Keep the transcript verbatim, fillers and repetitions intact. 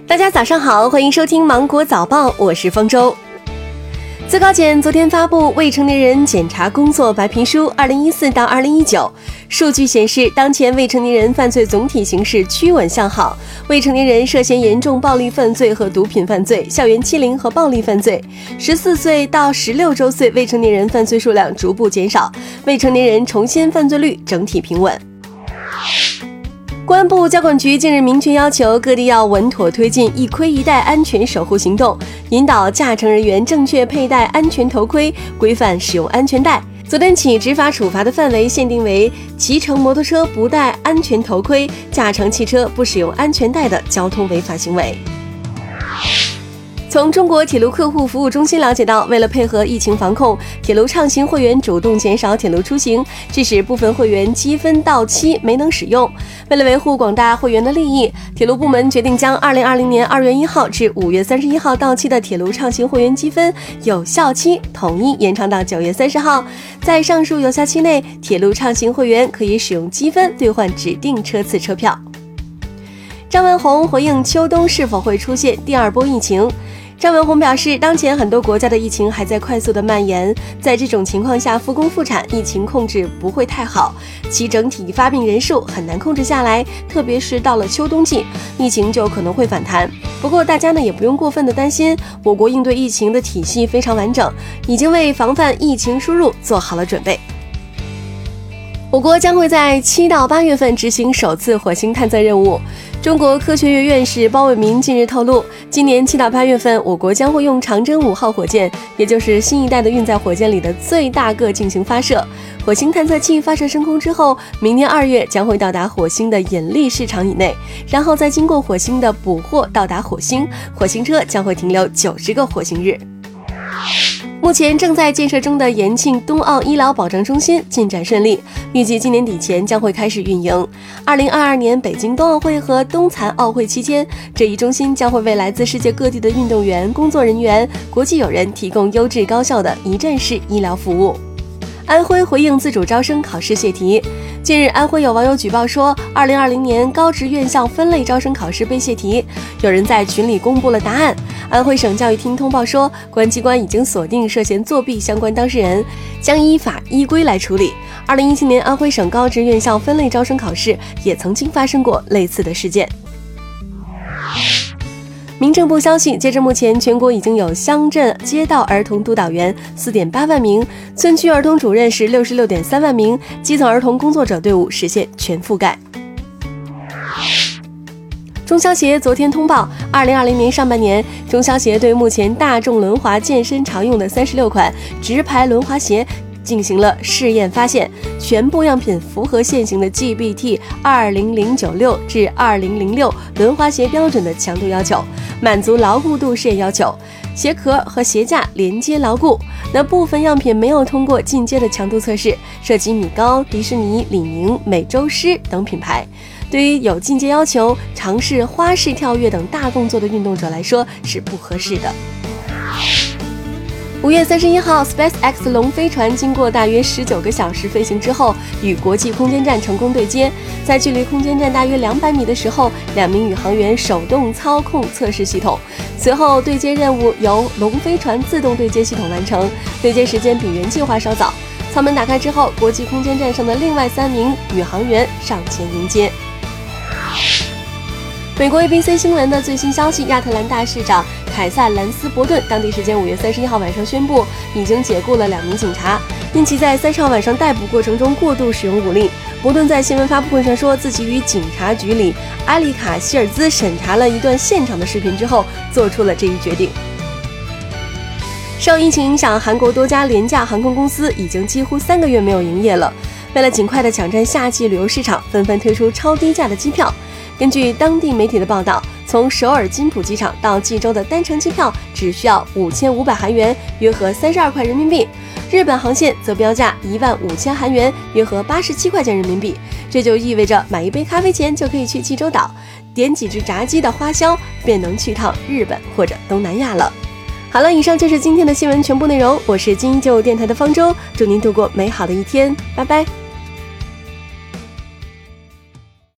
大家早上好，欢迎收听芒果早报，我是方舟。最高检昨天发布未成年人检察工作白皮书二零一四到二零一九，数据显示，当前未成年人犯罪总体形势趋稳向好，未成年人涉嫌严重暴力犯罪和毒品犯罪、校园欺凌和暴力犯罪，十四岁到十六周岁未成年人犯罪数量逐步减少，未成年人重新犯罪率整体平稳。公安部交管局近日明确要求各地要稳妥推进一盔一带安全守护行动，引导驾乘人员正确佩戴安全头盔，规范使用安全带。昨天起，执法处罚的范围限定为骑乘摩托车不戴安全头盔、驾乘汽车不使用安全带的交通违法行为。从中国铁路客户服务中心了解到，为了配合疫情防控，铁路畅行会员主动减少铁路出行，致使部分会员积分到期没能使用。为了维护广大会员的利益，铁路部门决定将二零二零年二月一号至五月三十一号到期的铁路畅行会员积分有效期统一延长到九月三十号。在上述有效期内，铁路畅行会员可以使用积分兑换指定车次车票。张文宏回应秋冬是否会出现第二波疫情。张文宏表示，当前很多国家的疫情还在快速的蔓延，在这种情况下复工复产，疫情控制不会太好，其整体发病人数很难控制下来，特别是到了秋冬季，疫情就可能会反弹。不过大家呢也不用过分的担心，我国应对疫情的体系非常完整，已经为防范疫情输入做好了准备。我国将会在七到八月份执行首次火星探测任务。中国科学院院士包伟民近日透露，今年七到八月份，我国将会用长征五号火箭，也就是新一代的运载火箭里的最大个进行发射。火星探测器发射升空之后，明年二月将会到达火星的引力市场以内，然后再经过火星的捕获到达火星，火星车将会停留九十个火星日。目前正在建设中的延庆冬奥医疗保障中心进展顺利，预计今年底前将会开始运营。二零二二年北京冬奥会和冬残奥会期间，这一中心将会为来自世界各地的运动员、工作人员、国际友人提供优质高效的一站式医疗服务。安徽回应自主招生考试泄题。近日，安徽有网友举报说，二零二零年高职院校分类招生考试被泄题，有人在群里公布了答案。安徽省教育厅通报说，公安机关已经锁定涉嫌作弊相关当事人，将依法依规来处理。二零一七年，安徽省高职院校分类招生考试也曾经发生过类似的事件。民政部消息，截至目前，全国已经有乡镇街道儿童督导员 四点八万名，村区儿童主任是 六十六点三万名，基层儿童工作者队伍实现全覆盖。中消协昨天通报，二零二零年上半年，中消协对目前大众轮滑健身常用的三十六款直排轮滑鞋进行了试验，发现全部样品符合现行的 G B T 二零零九六至二零零六轮滑鞋标准的强度要求，满足牢固度试验要求，鞋壳和鞋架连接牢固。那部分样品没有通过进阶的强度测试，涉及米高、迪士尼、李宁、美洲狮等品牌。对于有进阶要求、尝试花式跳跃等大动作的运动者来说是不合适的。五月三十一号 SpaceX 龙飞船经过大约十九个小时飞行之后，与国际空间站成功对接。在距离空间站大约两百米的时候，两名宇航员手动操控测试系统，随后对接任务由龙飞船自动对接系统完成，对接时间比原计划稍早。舱门打开之后，国际空间站上的另外三名宇航员上前迎接。美国 A B C 新闻的最新消息，亚特兰大市长凯撒兰斯伯顿当地时间五月三十一号晚上宣布，已经解雇了两名警察，因其在三十号晚上逮捕过程中过度使用武力。伯顿在新闻发布会上说，自己与警察局里埃里卡希尔兹审查了一段现场的视频之后，做出了这一决定。受疫情影响，韩国多家廉价航空公司已经几乎三个月没有营业了。为了尽快的抢占夏季旅游市场，纷纷推出超低价的机票。根据当地媒体的报道，从首尔金浦机场到济州的单程机票只需要五千五百韩元，约合三十二块人民币。日本航线则标价一万五千韩元，约合八十七块钱人民币。这就意味着买一杯咖啡钱就可以去济州岛，点几只炸鸡的花销便能去趟日本或者东南亚了。好了，以上就是今天的新闻全部内容，我是金依旧电台的方舟，祝您度过美好的一天，拜拜。